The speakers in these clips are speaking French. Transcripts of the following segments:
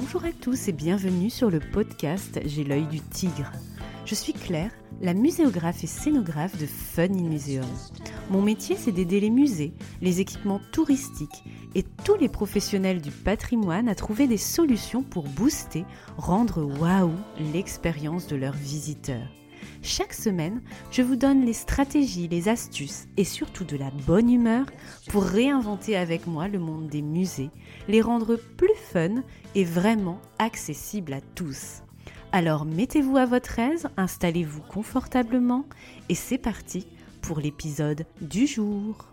Bonjour à tous et bienvenue sur le podcast J'ai l'œil du tigre. Je suis Claire, la muséographe et scénographe de Fun in Museum. Mon métier, c'est d'aider les musées, les équipements touristiques et tous les professionnels du patrimoine à trouver des solutions pour booster, rendre waouh l'expérience de leurs visiteurs. Chaque semaine, je vous donne les stratégies, les astuces et surtout de la bonne humeur pour réinventer avec moi le monde des musées, les rendre plus fun et vraiment accessibles à tous. Alors mettez-vous à votre aise, installez-vous confortablement et c'est parti pour l'épisode du jour.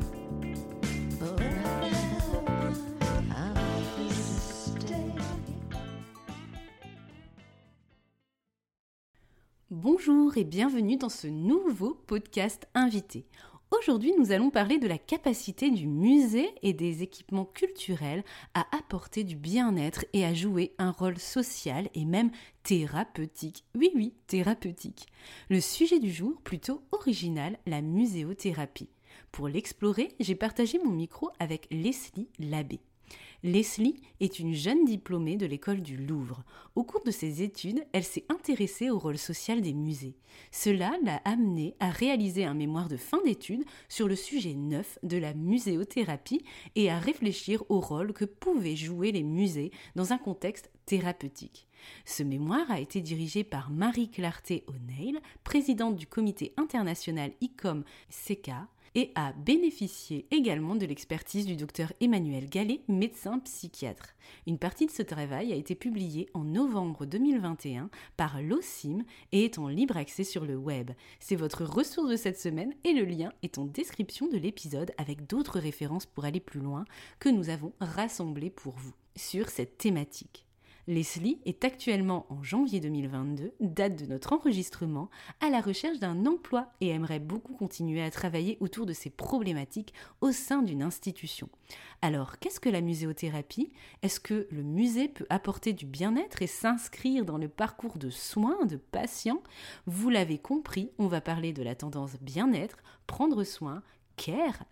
Bonjour et bienvenue dans ce nouveau podcast invité. Aujourd'hui, nous allons parler de la capacité du musée et des équipements culturels à apporter du bien-être et à jouer un rôle social et même thérapeutique. Oui, thérapeutique. Le sujet du jour, plutôt original, la muséothérapie. Pour l'explorer, j'ai partagé mon micro avec Leslie Labbé. Leslie est une jeune diplômée de l'école du Louvre. Au cours de ses études, elle s'est intéressée au rôle social des musées. Cela l'a amenée à réaliser un mémoire de fin d'études sur le sujet neuf de la muséothérapie et à réfléchir au rôle que pouvaient jouer les musées dans un contexte thérapeutique. Ce mémoire a été dirigé par Marie Clarté O'Neill, présidente du comité international ICOM-CECA, et a bénéficié également de l'expertise du docteur Emmanuel Gallet, médecin psychiatre. Une partie de ce travail a été publiée en novembre 2021 par l'OCIM et est en libre accès sur le web. C'est votre ressource de cette semaine et le lien est en description de l'épisode avec d'autres références pour aller plus loin que nous avons rassemblées pour vous sur cette thématique. Leslie est actuellement en janvier 2022, date de notre enregistrement, à la recherche d'un emploi et aimerait beaucoup continuer à travailler autour de ces problématiques au sein d'une institution. Alors, qu'est-ce que la muséothérapie ? Est-ce que le musée peut apporter du bien-être et s'inscrire dans le parcours de soins de patients ? Vous l'avez compris, on va parler de la tendance bien-être, prendre soin, CARE,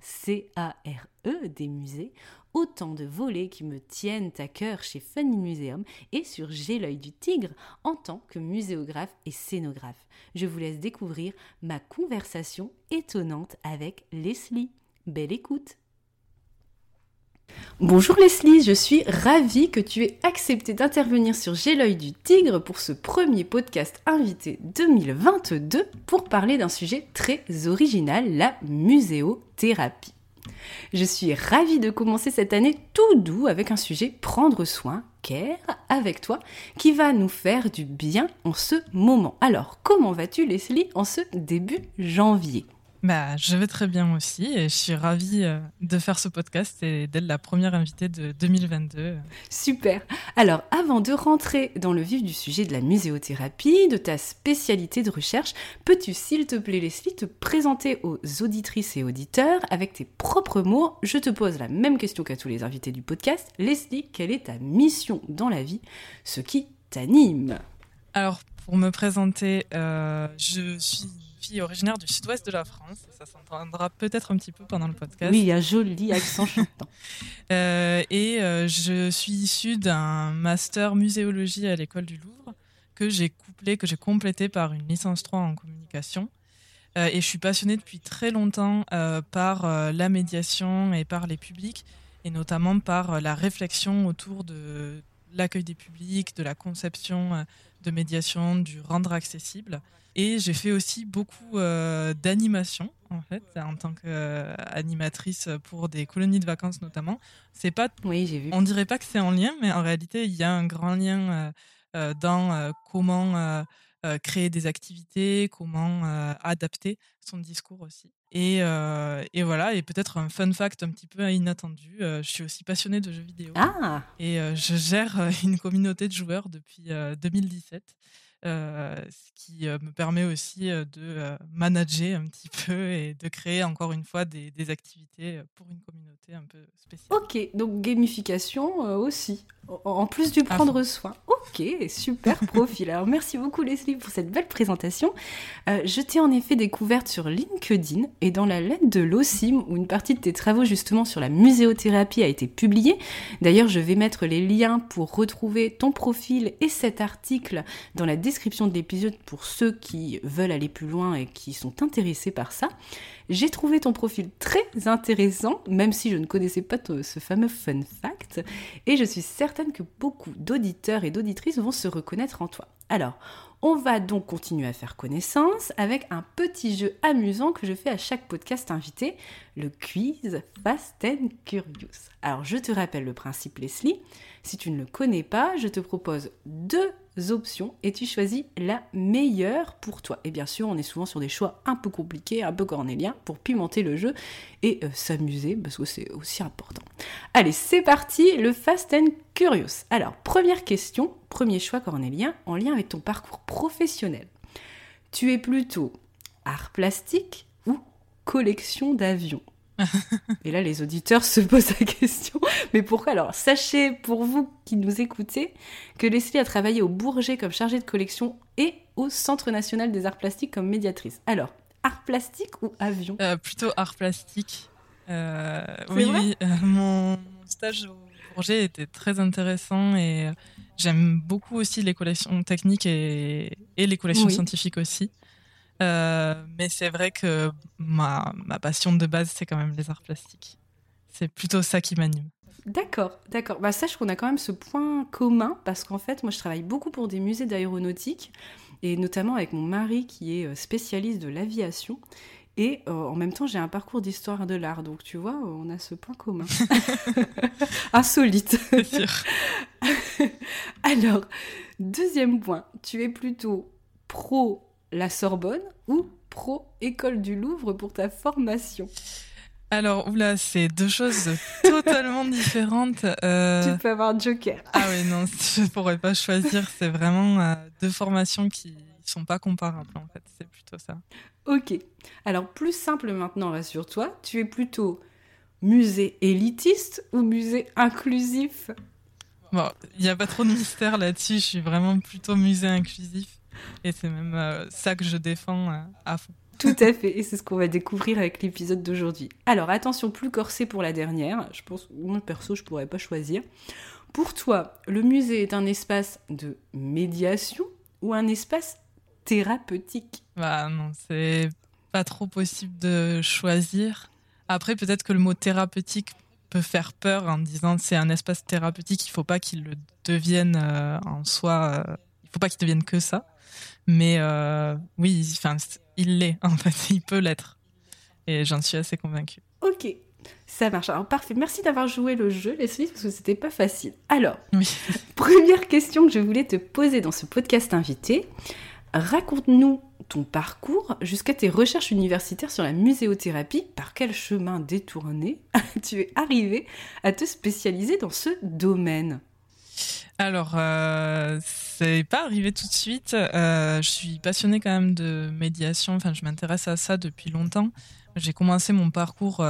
C-A-R-E, des musées, autant de volets qui me tiennent à cœur chez Fun in Museum et sur J'ai l'œil du tigre en tant que muséographe et scénographe. Je vous laisse découvrir ma conversation étonnante avec Leslie. Belle écoute! Bonjour Leslie, je suis ravie que tu aies accepté d'intervenir sur J'ai l'œil du tigre pour ce premier podcast invité 2022 pour parler d'un sujet très original, la muséothérapie. Je suis ravie de commencer cette année tout doux avec un sujet prendre soin, care, avec toi, qui va nous faire du bien en ce moment. Alors, comment vas-tu Leslie en ce début janvier ? Je vais très bien aussi et je suis ravie de faire ce podcast et d'être la première invitée de 2022. Super. Alors, avant de rentrer dans le vif du sujet de la muséothérapie, de ta spécialité de recherche, peux-tu, s'il te plaît, Leslie, te présenter aux auditrices et auditeurs avec tes propres mots ? Je te pose la même question qu'à tous les invités du podcast. Leslie, quelle est ta mission dans la vie ? Ce qui t'anime ? Alors, pour me présenter, je suis fille originaire du sud-ouest de la France. Ça s'entendra peut-être un petit peu pendant le podcast. Oui, il y a un joli accent chantant. Je suis issue d'un master muséologie à l'école du Louvre que j'ai complété par une licence 3 en communication. Et je suis passionnée depuis très longtemps par la médiation et par les publics, et notamment par la réflexion autour de l'accueil des publics, de la conception de médiation, du rendre accessible. Et j'ai fait aussi beaucoup d'animation, en fait, en tant qu'animatrice pour des colonies de vacances notamment. Oui, j'ai vu. On dirait pas que c'est en lien, mais en réalité, il y a un grand lien dans comment créer des activités, comment adapter son discours aussi. Et voilà, et peut-être un fun fact un petit peu inattendu, je suis aussi passionnée de jeux vidéo. Ah ! Et je gère une communauté de joueurs depuis 2017. Ce qui me permet aussi de manager un petit peu et de créer encore une fois des activités pour une communauté un peu spéciale. Ok, donc gamification aussi, en plus du prendre soin. Ok, super profil. Alors merci beaucoup Leslie pour cette belle présentation. Je t'ai en effet découverte sur LinkedIn et dans la lettre de l'OSIM où une partie de tes travaux justement sur la muséothérapie a été publiée. D'ailleurs, je vais mettre les liens pour retrouver ton profil et cet article dans la description de l'épisode pour ceux qui veulent aller plus loin et qui sont intéressés par ça. J'ai trouvé ton profil très intéressant, même si je ne connaissais pas ce fameux fun fact, et je suis certaine que beaucoup d'auditeurs et d'auditrices vont se reconnaître en toi. Alors, on va donc continuer à faire connaissance avec un petit jeu amusant que je fais à chaque podcast invité, le quiz Fast and Curious. Alors, je te rappelle le principe, Leslie. Si tu ne le connais pas, je te propose 2 options et tu choisis la meilleure pour toi. Et bien sûr, on est souvent sur des choix un peu compliqués, un peu cornéliens, pour pimenter le jeu et s'amuser, parce que c'est aussi important. Allez, c'est parti, le Fast and Curious. Alors, première question, premier choix cornélien, en lien avec ton parcours professionnel. Tu es plutôt art plastique ou collection d'avions ? Et là, les auditeurs se posent la question, mais pourquoi ? Alors, sachez, pour vous qui nous écoutez, que Leslie a travaillé au Bourget comme chargée de collection et au Centre national des arts plastiques comme médiatrice. Alors, art plastique ou avion ? Plutôt art plastique. Oui, mon stage au Bourget était très intéressant et j'aime beaucoup aussi les collections techniques et les collections scientifiques aussi. Mais c'est vrai que ma passion de base, c'est quand même les arts plastiques. C'est plutôt ça qui m'anime. D'accord. Bah, sache qu'on a quand même ce point commun, parce qu'en fait, moi, je travaille beaucoup pour des musées d'aéronautique, et notamment avec mon mari qui est spécialiste de l'aviation. Et en même temps, j'ai un parcours d'histoire de l'art. Donc, tu vois, on a ce point commun. Insolite. C'est sûr. Alors, deuxième point. Tu es plutôt pro la Sorbonne ou pro École du Louvre pour ta formation ? Alors, oula, c'est 2 choses totalement différentes. Tu peux avoir joker. Ah oui, non, je pourrais pas choisir. C'est vraiment 2 formations qui sont pas comparables, en fait. C'est plutôt ça. Ok. Alors, plus simple maintenant, rassure-toi. Tu es plutôt musée élitiste ou musée inclusif ? Bon, il n'y a pas trop de mystère là-dessus. Je suis vraiment plutôt musée inclusif. Et c'est même ça que je défends à fond. Tout à fait, et c'est ce qu'on va découvrir avec l'épisode d'aujourd'hui. Alors, attention, plus corsé pour la dernière. Je pense, moi, perso, je pourrais pas choisir. Pour toi, le musée est un espace de médiation ou un espace thérapeutique ? Bah non, c'est pas trop possible de choisir. Après, peut-être que le mot thérapeutique peut faire peur en disant c'est un espace thérapeutique, il faut pas qu'il le devienne en soi, il faut pas qu'il devienne que ça. Mais oui, enfin, il l'est en fait, il peut l'être. Et j'en suis assez convaincue. Ok, ça marche. Alors parfait, merci d'avoir joué le jeu, Leslie, parce que c'était pas facile. Alors, oui. Première question que je voulais te poser dans ce podcast invité. Raconte-nous ton parcours jusqu'à tes recherches universitaires sur la muséothérapie. Par quel chemin détourné tu es arrivé à te spécialiser dans ce domaine ? Alors, c'est pas arrivé tout de suite. Je suis passionnée quand même de médiation. Enfin, je m'intéresse à ça depuis longtemps. J'ai commencé mon parcours,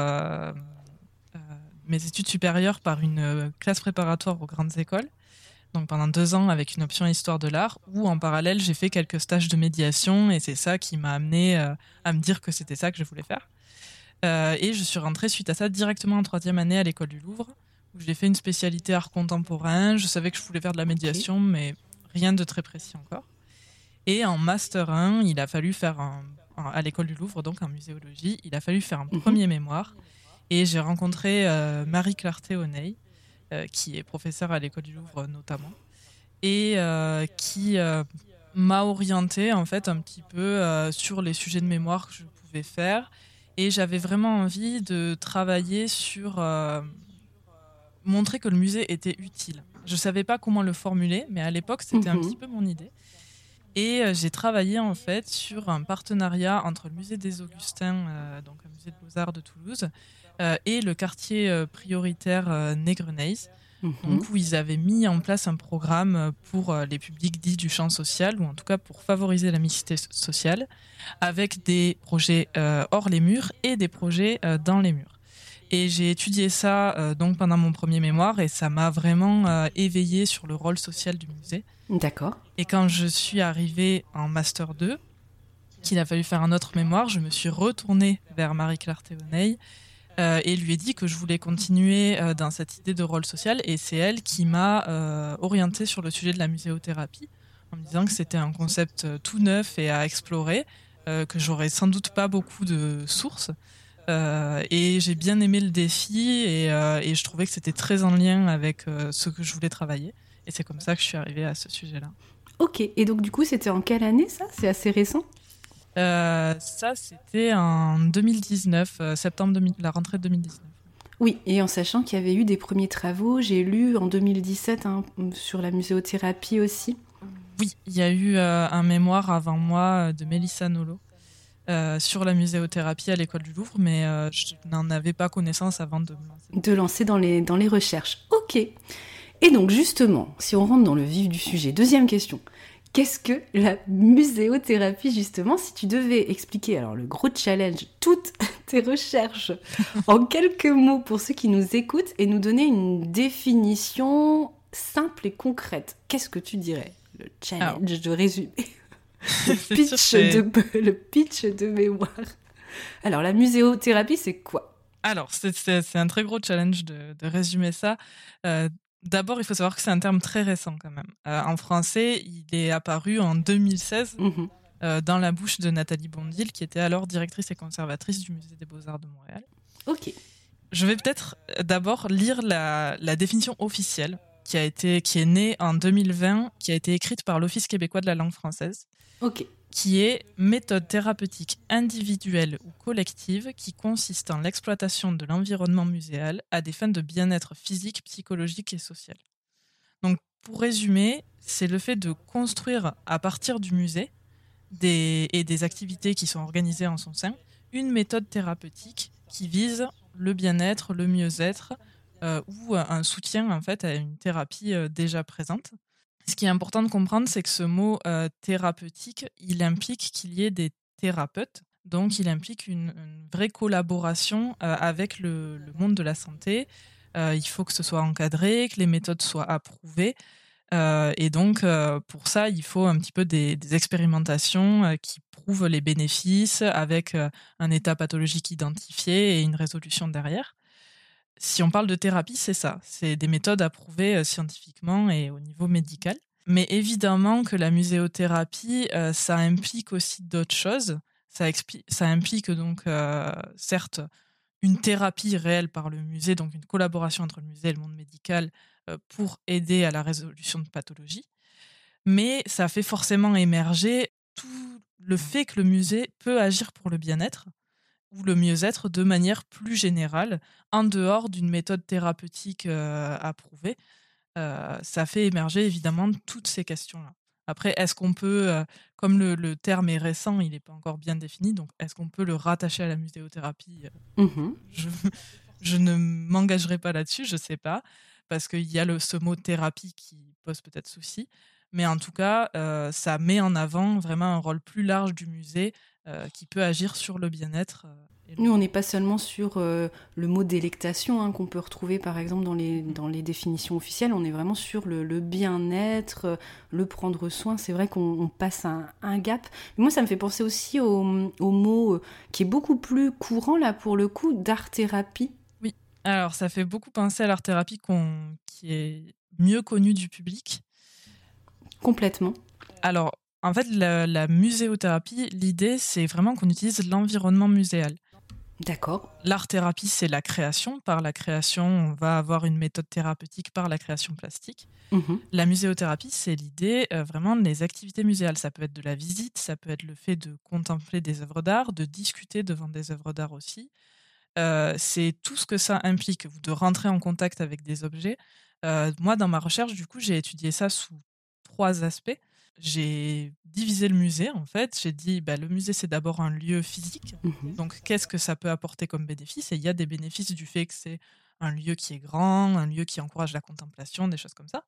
mes études supérieures par une classe préparatoire aux grandes écoles. Donc pendant 2 ans avec une option histoire de l'art, où en parallèle j'ai fait quelques stages de médiation et c'est ça qui m'a amené à me dire que c'était ça que je voulais faire. Et je suis rentrée suite à ça directement en 3e année à l'école du Louvre, où j'ai fait une spécialité art contemporain. Je savais que je voulais faire de la médiation, mais rien de très précis encore. Et en master 1, il a fallu faire à l'école du Louvre, donc en muséologie, il a fallu faire un premier mémoire. Et j'ai rencontré Marie Clarté-Aunay, qui est professeure à l'école du Louvre notamment, et qui m'a orientée en fait un petit peu sur les sujets de mémoire que je pouvais faire. Et j'avais vraiment envie de travailler sur montrer que le musée était utile. Je savais pas comment le formuler, mais à l'époque c'était un petit peu mon idée. Et j'ai travaillé en fait sur un partenariat entre le musée des Augustins, donc un musée de Beaux-Arts de Toulouse, et le quartier prioritaire Nègrenez, donc où ils avaient mis en place un programme pour les publics dits du champ social, ou en tout cas pour favoriser la mixité sociale, avec des projets hors les murs et des projets dans les murs. Et j'ai étudié ça donc pendant mon premier mémoire et ça m'a vraiment éveillée sur le rôle social du musée. D'accord. Et quand je suis arrivée en Master 2, qu'il a fallu faire un autre mémoire, je me suis retournée vers Marie-Claire Thévenet et lui ai dit que je voulais continuer dans cette idée de rôle social. Et c'est elle qui m'a orientée sur le sujet de la muséothérapie, en me disant que c'était un concept tout neuf et à explorer, que j'aurais sans doute pas beaucoup de sources. Et j'ai bien aimé le défi et je trouvais que c'était très en lien avec ce que je voulais travailler. Et c'est comme ça que je suis arrivée à ce sujet-là. Ok, et donc du coup, c'était en quelle année ça? C'est assez récent? Ça, c'était en 2019, septembre 2000, la rentrée de 2019. Oui, et en sachant qu'il y avait eu des premiers travaux, j'ai lu en 2017 sur la muséothérapie aussi. Oui, il y a eu un mémoire avant moi de Mélissa Nolot sur la muséothérapie à l'école du Louvre, mais je n'en avais pas connaissance avant de me lancer. De lancer dans les recherches. Ok. Et donc justement, si on rentre dans le vif du sujet, deuxième question. Qu'est-ce que la muséothérapie justement? Si tu devais expliquer, alors le gros challenge, toutes tes recherches en quelques mots pour ceux qui nous écoutent et nous donner une définition simple et concrète, qu'est-ce que tu dirais? Le challenge de résumer. Le pitch de mémoire. Alors, la muséothérapie, c'est quoi? Alors, c'est un très gros challenge de résumer ça. D'abord, il faut savoir que c'est un terme très récent quand même. En français, il est apparu en 2016 dans la bouche de Nathalie Bondil, qui était alors directrice et conservatrice du Musée des Beaux-Arts de Montréal. Ok. Je vais peut-être d'abord lire la définition officielle qui est née en 2020, qui a été écrite par l'Office québécois de la langue française. Ok. Qui est méthode thérapeutique individuelle ou collective qui consiste en l'exploitation de l'environnement muséal à des fins de bien-être physique, psychologique et social. Donc, pour résumer, c'est le fait de construire à partir du musée et des activités qui sont organisées en son sein, une méthode thérapeutique qui vise le bien-être, le mieux-être ou un soutien en fait à une thérapie déjà présente. Ce qui est important de comprendre, c'est que ce mot thérapeutique, il implique qu'il y ait des thérapeutes. Donc, il implique une vraie collaboration avec le monde de la santé. Il faut que ce soit encadré, que les méthodes soient approuvées. Et donc, pour ça, il faut un petit peu des expérimentations qui prouvent les bénéfices avec un état pathologique identifié et une résolution derrière. Si on parle de thérapie, c'est ça. C'est des méthodes approuvées scientifiquement et au niveau médical. Mais évidemment que la muséothérapie, ça implique aussi d'autres choses. Ça implique donc, certes, une thérapie réelle par le musée, donc une collaboration entre le musée et le monde médical pour aider à la résolution de pathologies. Mais ça fait forcément émerger tout le fait que le musée peut agir pour le bien-être ou le mieux-être de manière plus générale, en dehors d'une méthode thérapeutique approuvée. Ça fait émerger évidemment toutes ces questions-là. Après, est-ce qu'on peut, comme le terme est récent, il n'est pas encore bien défini, donc est-ce qu'on peut le rattacher à la muséothérapie? je, je ne m'engagerai pas là-dessus, je ne sais pas, parce qu'il y a ce mot thérapie qui pose peut-être souci. Mais en tout cas, ça met en avant vraiment un rôle plus large du musée qui peut agir sur le bien-être. Nous, on n'est pas seulement sur le mot délectation qu'on peut retrouver par exemple dans les définitions officielles, on est vraiment sur le bien-être, le prendre soin. C'est vrai qu'on passe un gap. Mais moi, ça me fait penser aussi au mot qui est beaucoup plus courant là pour le coup, d'art-thérapie. Oui, alors ça fait beaucoup penser à l'art-thérapie qui est mieux connue du public. Complètement. Alors, en fait, la muséothérapie, l'idée, c'est vraiment qu'on utilise l'environnement muséal. D'accord. L'art-thérapie, c'est la création. Par la création, on va avoir une méthode thérapeutique par la création plastique. La muséothérapie, c'est l'idée vraiment des activités muséales. Ça peut être de la visite, ça peut être le fait de contempler des œuvres d'art, de discuter devant des œuvres d'art aussi. C'est tout ce que ça implique, de rentrer en contact avec des objets. Moi, dans ma recherche, du coup, j'ai étudié ça sous 3 aspects. J'ai divisé le musée, en fait. J'ai dit, le musée, c'est d'abord un lieu physique. Donc, qu'est-ce que ça peut apporter comme bénéfice? Et il y a des bénéfices du fait que c'est un lieu qui est grand, un lieu qui encourage la contemplation, des choses comme ça.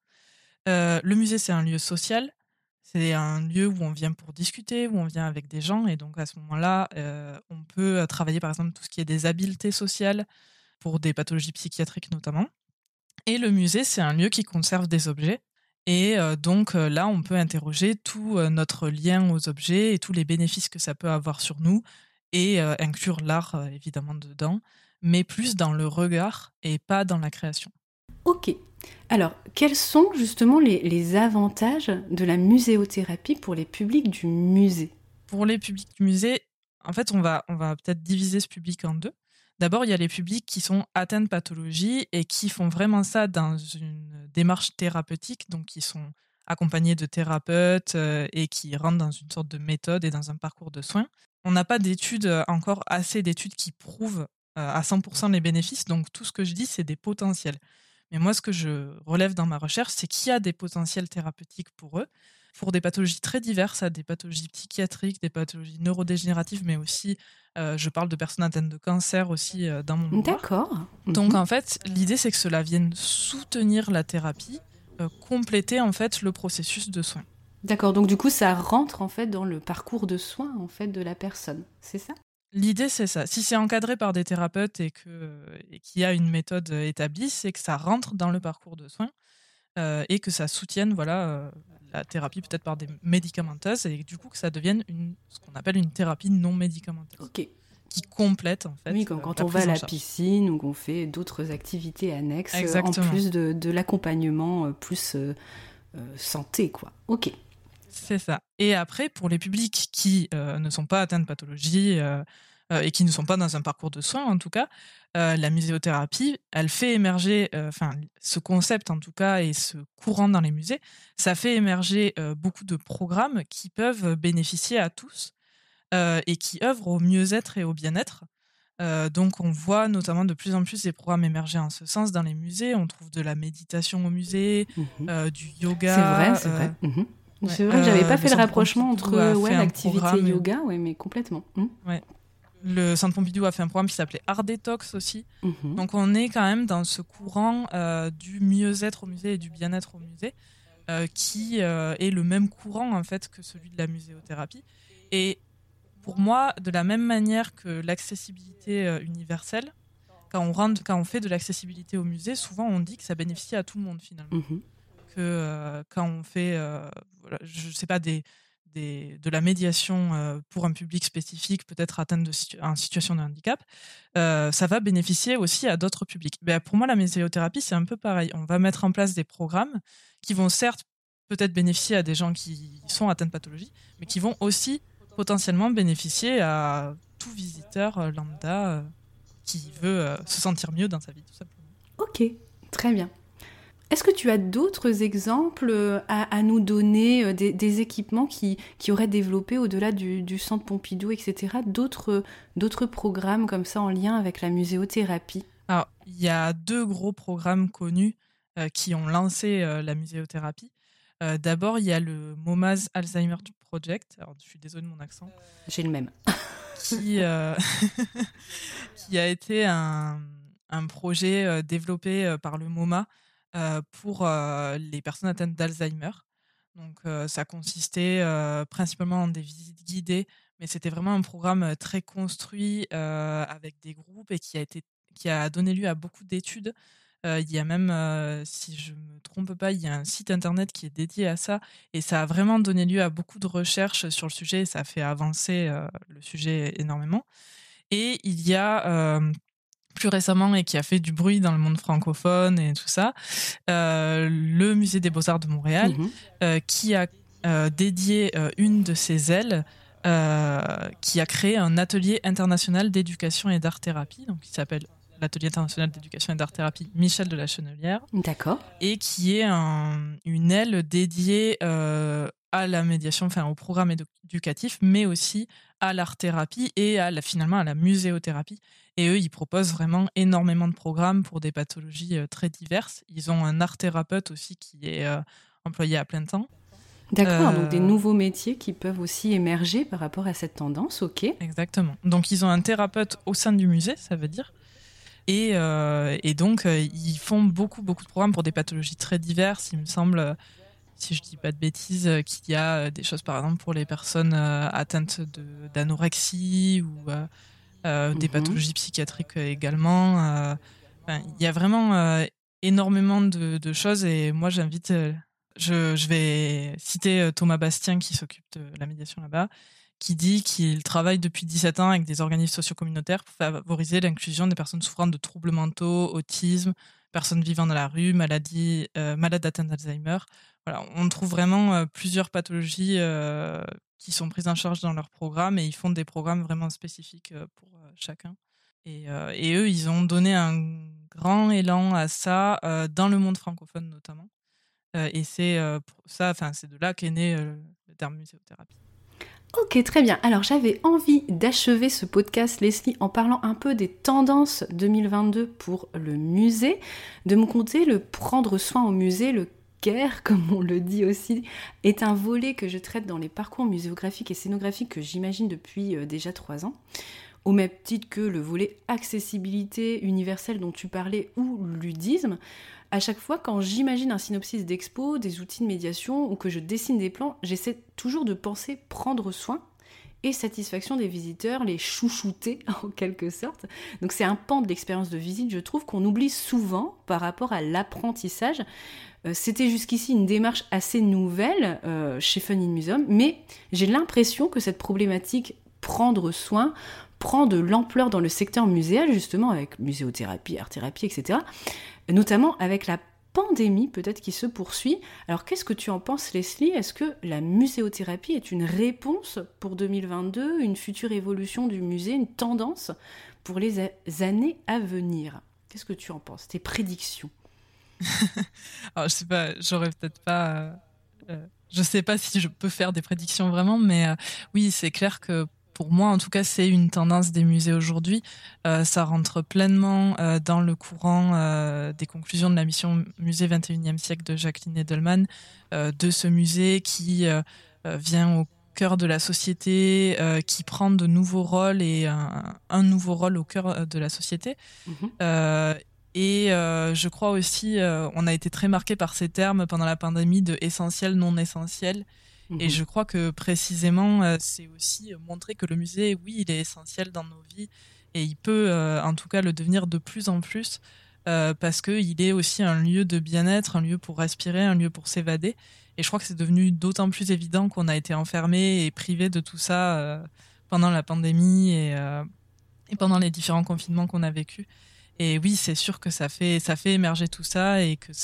Le musée, c'est un lieu social. C'est un lieu où on vient pour discuter, où on vient avec des gens. Et donc, à ce moment-là, on peut travailler, par exemple, tout ce qui est des habiletés sociales, pour des pathologies psychiatriques notamment. Et le musée, c'est un lieu qui conserve des objets. Et donc là, on peut interroger tout notre lien aux objets et tous les bénéfices que ça peut avoir sur nous et inclure l'art évidemment dedans, mais plus dans le regard et pas dans la création. Ok. Alors, quels sont justement les avantages de la muséothérapie pour les publics du musée ? Pour les publics du musée, en fait, on va peut-être diviser ce public en deux. D'abord, il y a les publics qui sont atteints de pathologie et qui font vraiment ça dans une démarche thérapeutique, donc qui sont accompagnés de thérapeutes et qui rentrent dans une sorte de méthode et dans un parcours de soins. On n'a pas d'études, encore assez d'études qui prouvent à 100% les bénéfices, donc tout ce que je dis, c'est des potentiels. Mais moi, ce que je relève dans ma recherche, c'est qu'il y a des potentiels thérapeutiques pour eux, pour des pathologies très diverses, à des pathologies psychiatriques, des pathologies neurodégénératives, mais aussi, je parle de personnes atteintes de cancer aussi dans mon ouvrage. D'accord. Donc en fait, l'idée, c'est que cela vienne soutenir la thérapie, compléter en fait le processus de soins. D'accord, donc du coup, ça rentre en fait dans le parcours de soins en fait de la personne, c'est ça ? L'idée, c'est ça. Si c'est encadré par des thérapeutes et qu'il y a une méthode établie, c'est que ça rentre dans le parcours de soins et que ça soutienne la thérapie peut-être par des médicamenteuses et du coup que ça devienne ce qu'on appelle une thérapie non médicamenteuse. Ok. Qui complète en fait. Oui, quand on va à la piscine ou qu'on fait d'autres activités annexes. Exactement. En plus de l'accompagnement plus santé, quoi. Ok. C'est ça. Et après, pour les publics qui ne sont pas atteints de pathologie et qui ne sont pas dans un parcours de soins, en tout cas, la muséothérapie, elle fait émerger, ce concept en tout cas et ce courant dans les musées, ça fait émerger beaucoup de programmes qui peuvent bénéficier à tous et qui œuvrent au mieux-être et au bien-être. Donc on voit notamment de plus en plus des programmes émerger en ce sens dans les musées. On trouve de la méditation au musée, du yoga. C'est vrai. C'est vrai que j'avais pas fait le rapprochement entre l'activité yoga, mais complètement. Ouais. Le Centre Pompidou a fait un programme qui s'appelait Art Detox aussi. Donc on est quand même dans ce courant du mieux-être au musée et du bien-être au musée qui est le même courant en fait que celui de la muséothérapie. Et pour moi, de la même manière que l'accessibilité universelle, quand on fait de l'accessibilité au musée, souvent on dit que ça bénéficie à tout le monde finalement. Que quand on fait, je sais pas, de la médiation pour un public spécifique, peut-être atteint en situation de handicap, ça va bénéficier aussi à d'autres publics. Pour moi, la muséothérapie, c'est un peu pareil. On va mettre en place des programmes qui vont certes peut-être bénéficier à des gens qui sont atteints de pathologie, mais qui vont aussi potentiellement bénéficier à tout visiteur lambda qui veut se sentir mieux dans sa vie, tout simplement. Ok, très bien. Est-ce que tu as d'autres exemples à nous donner, des équipements qui auraient développé au-delà du Centre Pompidou, etc., d'autres programmes comme ça en lien avec la muséothérapie ? Alors, il y a 2 gros programmes connus qui ont lancé la muséothérapie. D'abord, il y a le MoMA's Alzheimer Project. Alors, je suis désolée de mon accent. J'ai le même. Qui a été un projet développé par le MoMA pour les personnes atteintes d'Alzheimer. Donc, ça consistait principalement en des visites guidées, mais c'était vraiment un programme très construit avec des groupes et qui a donné lieu à beaucoup d'études. Il y a même, si je me trompe pas, il y a un site internet qui est dédié à ça et ça a vraiment donné lieu à beaucoup de recherches sur le sujet et ça a fait avancer le sujet énormément. Et il y a plus récemment et qui a fait du bruit dans le monde francophone et tout ça, le Musée des Beaux-Arts de Montréal qui a dédié une de ses ailes qui a créé un atelier international d'éducation et d'art-thérapie, donc qui s'appelle l'Atelier international d'éducation et d'art-thérapie Michel de la Chenelière. D'accord. Et qui est une aile dédiée à la médiation, enfin au programme éducatif, mais aussi à l'art-thérapie et finalement à la muséothérapie. Et eux, ils proposent vraiment énormément de programmes pour des pathologies très diverses. Ils ont un art-thérapeute aussi qui est employé à plein temps. D'accord, donc des nouveaux métiers qui peuvent aussi émerger par rapport à cette tendance, ok. Exactement. Donc ils ont un thérapeute au sein du musée, ça veut dire. Et donc, ils font beaucoup de programmes pour des pathologies très diverses. Il me semble, si je dis pas de bêtises, qu'il y a des choses, par exemple, pour les personnes atteintes d'anorexie ou des pathologies psychiatriques également. Il y a vraiment énormément de choses et moi j'invite, je vais citer Thomas Bastien qui s'occupe de la médiation là-bas, qui dit qu'il travaille depuis 17 ans avec des organismes socio-communautaires pour favoriser l'inclusion des personnes souffrant de troubles mentaux, autisme, personnes vivant dans la rue, malades atteintes d'Alzheimer. Voilà, on trouve vraiment plusieurs pathologies qui sont prises en charge dans leur programme et ils font des programmes vraiment spécifiques pour chacun. Et eux, ils ont donné un grand élan à ça dans le monde francophone notamment. Et c'est pour ça, enfin, c'est de là qu'est né le terme muséothérapie. Ok, très bien. Alors j'avais envie d'achever ce podcast, Leslie, en parlant un peu des tendances 2022 pour le musée. De mon côté, le prendre soin au musée, le care, comme on le dit aussi, est un volet que je traite dans les parcours muséographiques et scénographiques que j'imagine depuis déjà 3 ans. Au même titre que le volet accessibilité universelle dont tu parlais ou ludisme. À chaque fois, quand j'imagine un synopsis d'expo, des outils de médiation ou que je dessine des plans, j'essaie toujours de penser prendre soin et satisfaction des visiteurs, les chouchouter en quelque sorte. Donc c'est un pan de l'expérience de visite, je trouve, qu'on oublie souvent par rapport à l'apprentissage. C'était jusqu'ici une démarche assez nouvelle chez Fun in Museum, mais j'ai l'impression que cette problématique prendre soin prend de l'ampleur dans le secteur muséal, justement avec muséothérapie, art-thérapie, etc. Notamment avec la pandémie peut-être qui se poursuit. Alors qu'est-ce que tu en penses, Leslie ? Est-ce que la muséothérapie est une réponse pour 2022, une future évolution du musée, une tendance pour les années à venir ? Qu'est-ce que tu en penses ? Tes prédictions ? Alors je sais pas, j'aurais peut-être pas... je sais pas si je peux faire des prédictions vraiment, mais oui, c'est clair que pour moi, en tout cas, c'est une tendance des musées aujourd'hui. Ça rentre pleinement dans le courant des conclusions de la mission Musée 21e siècle de Jacqueline Edelman, de ce musée qui vient au cœur de la société, qui prend de nouveaux rôles et un nouveau rôle au cœur de la société. Et je crois aussi, on a été très marqué par ces termes pendant la pandémie de essentiel, non essentiel. Et je crois que précisément, c'est aussi montrer que le musée, oui, il est essentiel dans nos vies et il peut en tout cas le devenir de plus en plus parce qu'il est aussi un lieu de bien-être, un lieu pour respirer, un lieu pour s'évader. Et je crois que c'est devenu d'autant plus évident qu'on a été enfermés et privés de tout ça pendant la pandémie et pendant les différents confinements qu'on a vécus. Et oui, c'est sûr que ça fait émerger tout ça et que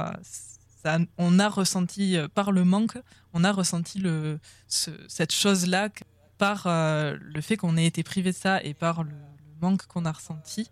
on a ressenti par le manque, on a ressenti cette chose-là par le fait qu'on ait été privé de ça et par le manque qu'on a ressenti.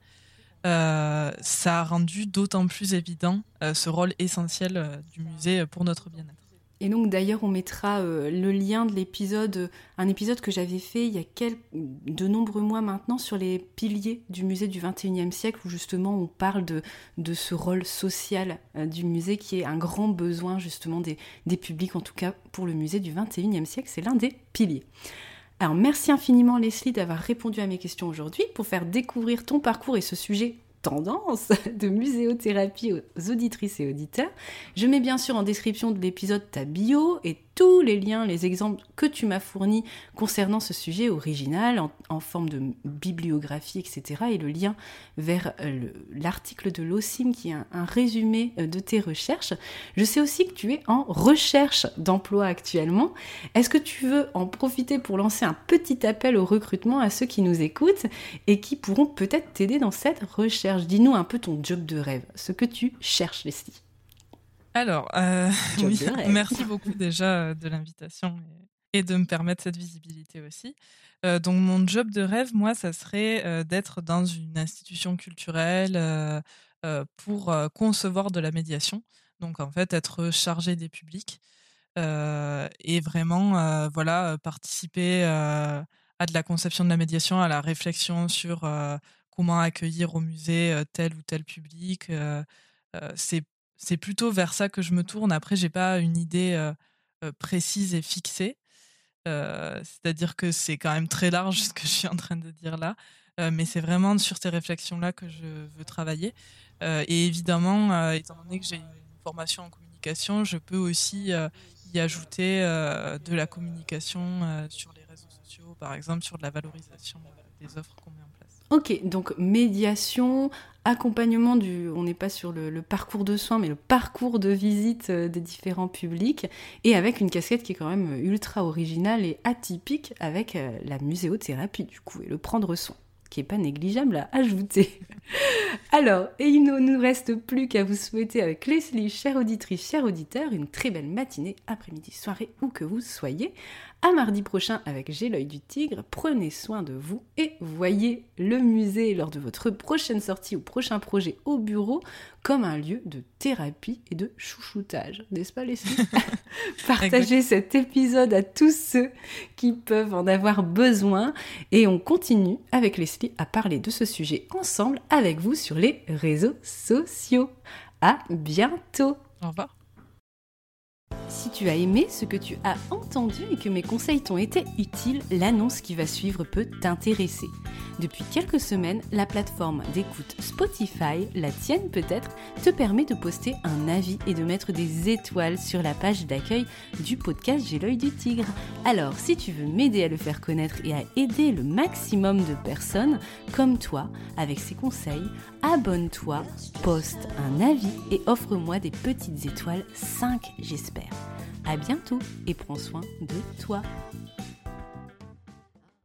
Ça a rendu d'autant plus évident ce rôle essentiel du musée pour notre bien-être. Et donc d'ailleurs on mettra le lien de l'épisode, un épisode que j'avais fait il y a de nombreux mois maintenant sur les piliers du musée du 21e siècle où justement on parle de ce rôle social du musée qui est un grand besoin justement des publics, en tout cas pour le musée du 21e siècle, c'est l'un des piliers. Alors merci infiniment Leslie d'avoir répondu à mes questions aujourd'hui pour faire découvrir ton parcours et ce sujet tendance de muséothérapie aux auditrices et auditeurs. Je mets bien sûr en description de l'épisode ta bio et tous les liens, les exemples que tu m'as fournis concernant ce sujet original en forme de bibliographie, etc. Et le lien vers l'article de l'OCIM qui est un résumé de tes recherches. Je sais aussi que tu es en recherche d'emploi actuellement. Est-ce que tu veux en profiter pour lancer un petit appel au recrutement à ceux qui nous écoutent et qui pourront peut-être t'aider dans cette recherche ? Dis-nous un peu ton job de rêve, ce que tu cherches, Leslie. Alors, oui, merci beaucoup déjà de l'invitation et de me permettre cette visibilité aussi. Donc, mon job de rêve, moi, ça serait d'être dans une institution culturelle pour concevoir de la médiation. Donc, en fait, être chargé des publics et vraiment, participer à de la conception de la médiation, à la réflexion sur comment accueillir au musée tel ou tel public. C'est plutôt vers ça que je me tourne. Après, j'ai pas une idée précise et fixée. C'est-à-dire que c'est quand même très large ce que je suis en train de dire là. Mais c'est vraiment sur ces réflexions-là que je veux travailler. Et évidemment, étant donné que j'ai une formation en communication, je peux aussi y ajouter de la communication sur les réseaux sociaux, par exemple, sur de la valorisation des offres qu'on met en place. Ok, donc médiation, accompagnement on n'est pas sur le parcours de soins, mais le parcours de visite des différents publics, et avec une casquette qui est quand même ultra originale et atypique, avec la muséothérapie du coup, et le prendre soin, qui n'est pas négligeable à ajouter. Alors, et il ne nous reste plus qu'à vous souhaiter avec Leslie, chère auditrice, chers auditeurs, une très belle matinée, après-midi, soirée, où que vous soyez. À mardi prochain avec J'ai l'œil du tigre, prenez soin de vous et voyez le musée lors de votre prochaine sortie ou prochain projet au bureau comme un lieu de thérapie et de chouchoutage, n'est-ce pas Leslie? Partagez cet épisode à tous ceux qui peuvent en avoir besoin et on continue avec Leslie à parler de ce sujet ensemble avec vous sur les réseaux sociaux. À bientôt! Au revoir. Si tu as aimé ce que tu as entendu et que mes conseils t'ont été utiles, l'annonce qui va suivre peut t'intéresser. Depuis quelques semaines, la plateforme d'écoute Spotify, la tienne peut-être, te permet de poster un avis et de mettre des étoiles sur la page d'accueil du podcast J'ai l'œil du tigre. Alors, si tu veux m'aider à le faire connaître et à aider le maximum de personnes comme toi avec ces conseils, abonne-toi, poste un avis et offre-moi des petites étoiles, 5 j'espère. À bientôt et prends soin de toi.